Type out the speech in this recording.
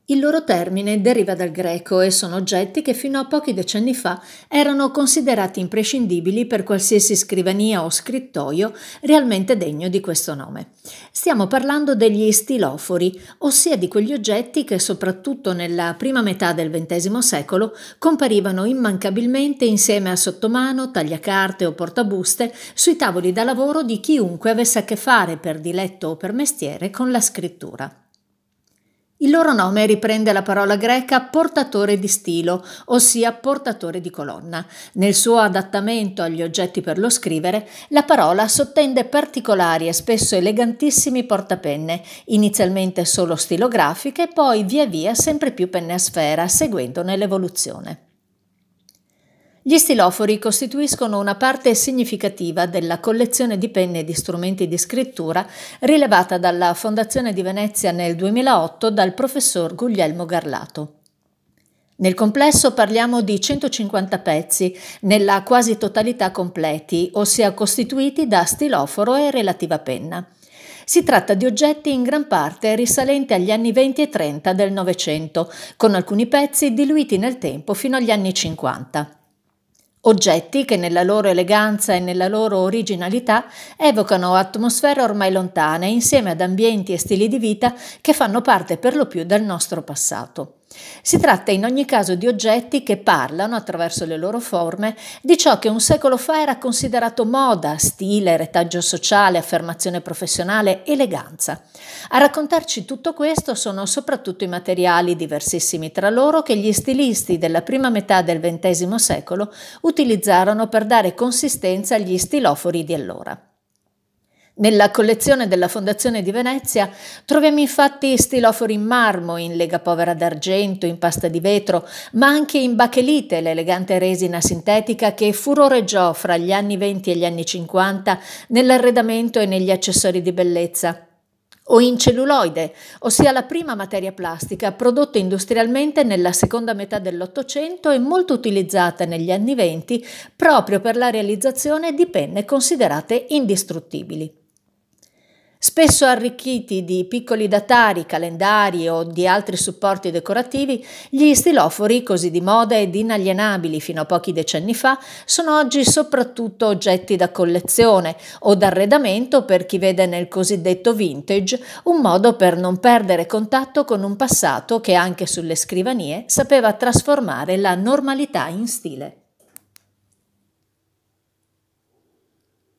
Il loro termine deriva dal greco e sono oggetti che fino a pochi decenni fa erano considerati imprescindibili per qualsiasi scrivania o scrittoio realmente degno di questo nome. Stiamo parlando degli stilofori, ossia di quegli oggetti che soprattutto nella prima metà del XX secolo comparivano immancabilmente insieme a sottomano, tagliacarte o portabuste sui tavoli da lavoro di chiunque avesse a che fare per diletto o per mestiere con la scrittura. Il loro nome riprende la parola greca portatore di stilo, ossia portatore di colonna. Nel suo adattamento agli oggetti per lo scrivere, la parola sottende particolari e spesso elegantissimi portapenne, inizialmente solo stilografiche, poi via via sempre più penne a sfera, seguendone l'evoluzione. Gli stilofori costituiscono una parte significativa della collezione di penne e di strumenti di scrittura rilevata dalla Fondazione di Venezia nel 2008 dal professor Guglielmo Garlato. Nel complesso parliamo di 150 pezzi, nella quasi totalità completi, ossia costituiti da stiloforo e relativa penna. Si tratta di oggetti in gran parte risalenti agli anni 20 e 30 del Novecento, con alcuni pezzi diluiti nel tempo fino agli anni 50. Oggetti che nella loro eleganza e nella loro originalità evocano atmosfere ormai lontane insieme ad ambienti e stili di vita che fanno parte per lo più del nostro passato. Si tratta in ogni caso di oggetti che parlano, attraverso le loro forme, di ciò che un secolo fa era considerato moda, stile, retaggio sociale, affermazione professionale, eleganza. A raccontarci tutto questo sono soprattutto i materiali, diversissimi tra loro, che gli stilisti della prima metà del XX secolo utilizzarono per dare consistenza agli stilofori di allora. Nella collezione della Fondazione di Venezia troviamo infatti stilofori in marmo, in lega povera d'argento, in pasta di vetro, ma anche in bakelite, l'elegante resina sintetica che furoreggiò fra gli anni 20 e gli anni 50 nell'arredamento e negli accessori di bellezza, o in celluloide, ossia la prima materia plastica prodotta industrialmente nella seconda metà dell'Ottocento e molto utilizzata negli anni 20 proprio per la realizzazione di penne considerate indistruttibili. Spesso arricchiti di piccoli datari, calendari o di altri supporti decorativi, gli stilofori, così di moda ed inalienabili fino a pochi decenni fa, sono oggi soprattutto oggetti da collezione o d'arredamento per chi vede nel cosiddetto vintage un modo per non perdere contatto con un passato che anche sulle scrivanie sapeva trasformare la normalità in stile.